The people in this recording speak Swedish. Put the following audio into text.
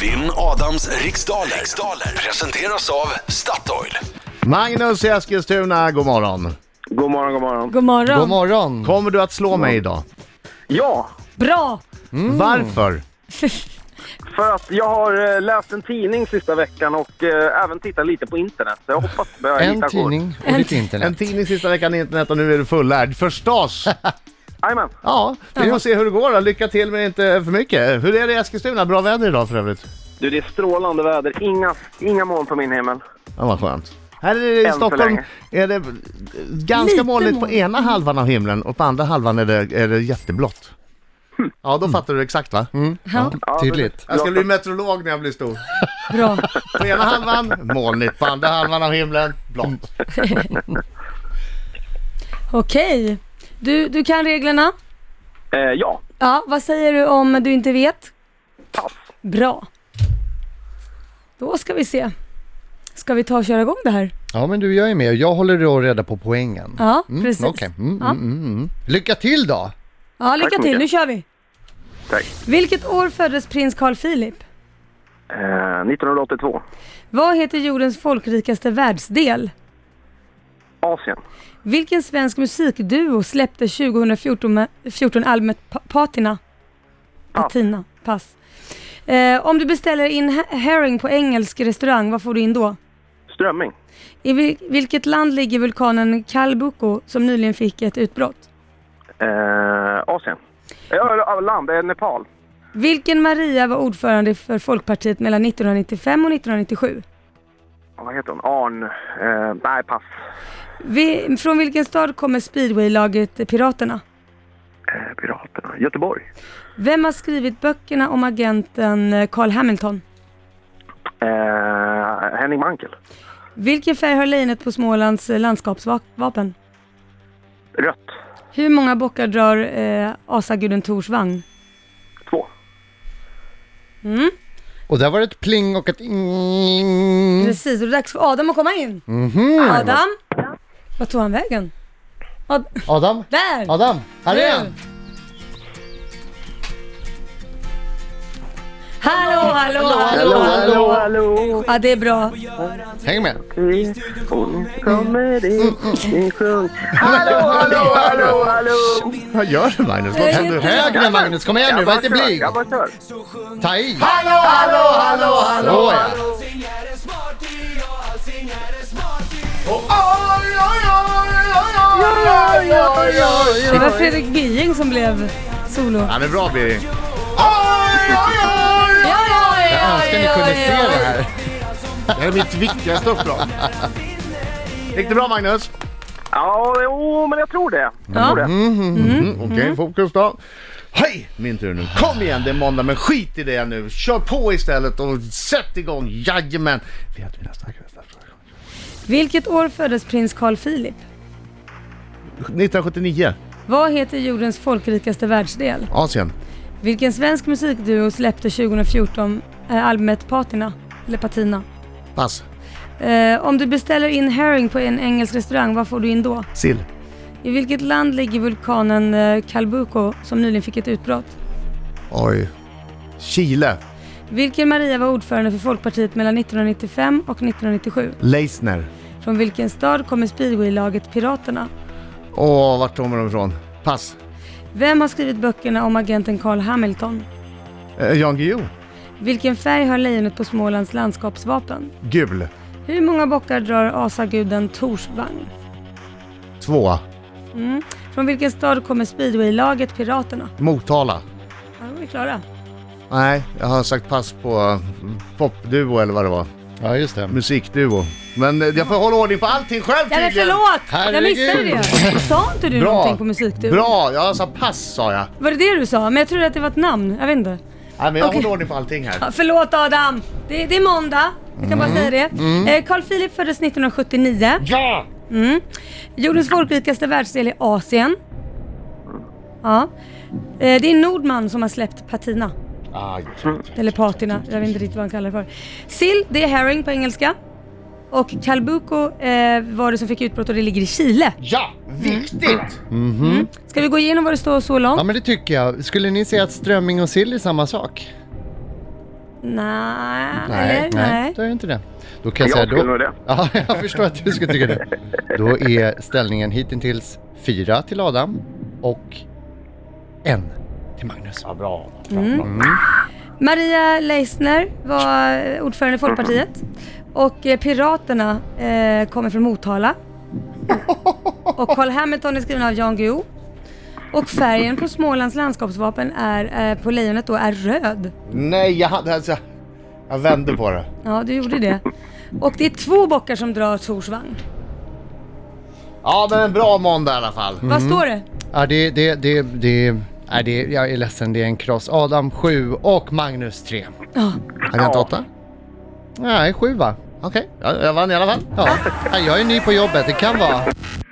Vinn Adams riksdaler presenteras av Statoil. Magnus i Eskilstuna, god morgon. God morgon, god morgon. God morgon. God morgon. Kommer du att slå mig idag? Ja, Bra. Varför? för att jag har läst en tidning sista veckan och även tittat lite på internet. Så jag hoppas att jag En hittar tidning och lite En internet. tidning sista veckan i internet och nu är du fullärd. Förstås! Jajamän. Ja, vi får se hur det går då. Lycka till men inte för mycket. Hur är det i Eskilstuna? Bra väder idag för övrigt. Du, det är strålande väder. Inga moln på min himmel. Ja, vad skönt. Här i Än så Stockholm länge. är det ganska Lite molnigt på moln. ena halvan av himlen och på andra halvan är det jätteblått. Ja, då fattar du exakt va? Ja, Ja, Tydligt. Jag ska bli meteorolog när jag blir stor. bra. På ena halvan, molnigt. På andra halvan av himlen, blått. Okej. Du kan reglerna? Ja, Ja, vad säger du om du inte vet? pass. Bra. Då ska vi se. Ska vi ta och köra igång det här? Ja, men du, jag är med och jag håller då reda på poängen. Ja, precis. Okej. Ja. Lycka till då! Ja, lycka Tack så till. Nu mycket. kör vi. Tack. Vilket år föddes prins Carl Philip? 1982. Vad heter jordens folkrikaste världsdel? Asien. Vilken svensk musikduo släppte 2014 albumet Patina? Patina, pass. Om du beställer in herring på engelsk restaurang, vad får du in då? Strömming. I vilket land ligger vulkanen Kalbuko som nyligen fick ett utbrott? Asien. Land, det är Nepal. Vilken Maria var ordförande för Folkpartiet mellan 1995 och 1997? Vad heter hon? Nej, pass. Från vilken stad kommer speedwaylaget Piraterna? Piraterna. Göteborg. Vem har skrivit böckerna om agenten Carl Hamilton? Henning Mankell. Vilken färg har lejonet på Smålands landskapsvapen? Rött. Hur många bockar drar asaguden Tors vagn? 2. Och där var det ett pling och ett Precis, och det är dags för Adam att komma in. Adam? Vad tog han vägen? Adam? Där! Adam, här är han! Hallå. Ja, det är bra. Häng med! Hon kommer in sjung. Hallå. Vad gör du Magnus? Vad händer? Högre Magnus, kom igen nu, var inte blyg! Jag bara kör. Ta i! Hallå! Så ja. Det var Fredrik Biing som blev solo. Han är bra Birging. Jag önskar ni kunde se det här. Det är mitt viktigaste uppdrag. Gick det bra Magnus? Ja, men jag tror det. Okej, fokus då. Hej, min tur nu. Kom igen, det är måndag, men skit i det nu. Kör på istället och sätt igång. Jajamän. Vi har mina starka. Vilket år föddes prins Carl Philip? 1979. Vad heter jordens folkrikaste världsdel? Asien. Vilken svensk musikduo släppte 2014 albumet Patina? Eller Patina? Pass. Om du beställer in herring på en engelsk restaurang, vad får du in då? Sill. I vilket land ligger vulkanen Kalbuko som nyligen fick ett utbrott? Oj. Chile. Vilken Maria var ordförande för Folkpartiet mellan 1995 och 1997? Leisner. Från vilken stad kommer speedwaylaget Piraterna? Vart kommer de ifrån? Pass. Vem har skrivit böckerna om agenten Carl Hamilton? Jan Guillou. Vilken färg har lejonet på Smålands landskapsvapen? Gul. Hur många bockar drar asaguden Tors vagn? 2. Från vilken stad kommer speedwaylaget Piraterna? Motala. Ja, de är klara. Nej, jag har sagt pass på popduo eller vad det var. Ja, just det. Musikduo. Men jag får hålla ordning på allting själv Ja, men tydligen. förlåt! Jag Herregud. missade det. Sa inte du någonting på musikduo? Bra, jag sa pass sa jag. Var det det du sa? Men jag trodde att det var ett namn. Jag vet inte. Nej, men jag Okej. håller ordning på allting här. Ja, förlåt Adam. Det är måndag. Jag kan bara säga det. Carl Philip föddes 1979. Ja! Jordens folkrikaste världsdel är Asien. Ja. Det är Nordman som har släppt Patina. Eller Patina, jag vet inte riktigt vad han kallar det för. Sill, det är herring på engelska. Och Kalbuko var det som fick utbrott och det ligger i Chile. Ja, viktigt! Ska vi gå igenom vad det står så långt? Ja, men det tycker jag. Skulle ni säga att strömming och sill är samma sak? Nej. det är inte det. Då kan jag Jag säga skulle då. nog det. Ja, jag förstår att du skulle tycka det. Då är ställningen hittills 4 till Adam och 1 till Magnus. Ja, bra. Maria Leissner var ordförande i Folkpartiet. Och Piraterna kommer från Motala. Och Carl Hamilton är skriven av Jan Guillou. Och färgen på Smålands landskapsvapen är på lejonet då är röd. Nej, jag vände på det. Ja, du gjorde det. Och det är 2 bockar som drar Tors vagn. Ja, men en bra måndag i alla fall. Vad står det? Ja, jag är ledsen, det är en kross. Adam 7 och Magnus 3. Ja. Hade jag inte 8? Nej, 7 va? Okej, jag vann i alla fall. Ja. Jag är ny på jobbet, det kan vara.